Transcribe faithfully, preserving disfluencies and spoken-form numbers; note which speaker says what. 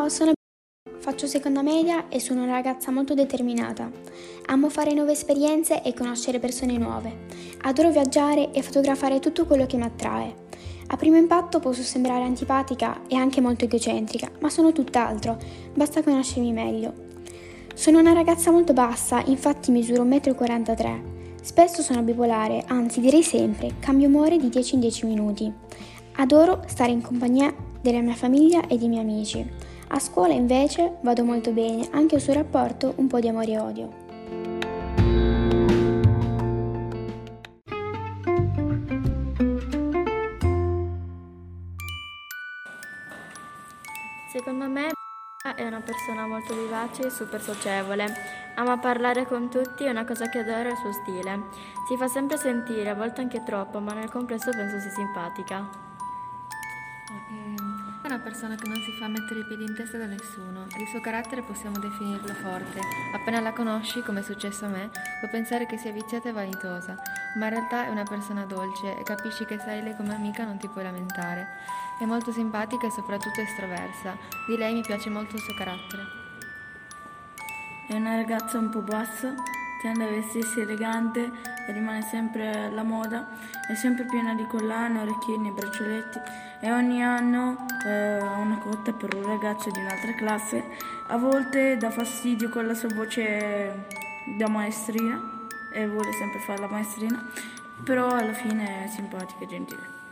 Speaker 1: Ciao, sono faccio seconda media e sono una ragazza molto determinata. Amo fare nuove esperienze e conoscere persone nuove. Adoro viaggiare e fotografare tutto quello che mi attrae. A primo impatto posso sembrare antipatica e anche molto egocentrica, ma sono tutt'altro, basta conoscermi meglio. Sono una ragazza molto bassa, infatti misuro uno e quarantatré metri. Spesso sono bipolare, anzi direi sempre, cambio umore di dieci in dieci minuti. Adoro stare in compagnia della mia famiglia e dei miei amici. A scuola invece vado molto bene, anche sul rapporto un po' di amore e odio.
Speaker 2: Secondo me è una persona molto vivace e super socievole. Ama parlare con tutti, è una cosa che adoro il suo stile. Si fa sempre sentire, a volte anche troppo, ma nel complesso penso sia simpatica.
Speaker 3: È una persona che non si fa mettere i piedi in testa da nessuno. Il suo carattere possiamo definirlo forte. Appena la conosci, come è successo a me, puoi pensare che sia viziata e vanitosa, ma in realtà è una persona dolce e capisci che se hai lei come amica non ti puoi lamentare. È molto simpatica e soprattutto estroversa. Di lei mi piace molto il suo carattere.
Speaker 4: È una ragazza un po' bassa, tende a vestirsi elegante e rimane sempre alla moda, è sempre piena di collane, orecchini e braccialetti e ogni anno eh, ha una cotta per un ragazzo di un'altra classe. A volte dà fastidio con la sua voce da maestrina e vuole sempre fare la maestrina, però alla fine è simpatica e gentile.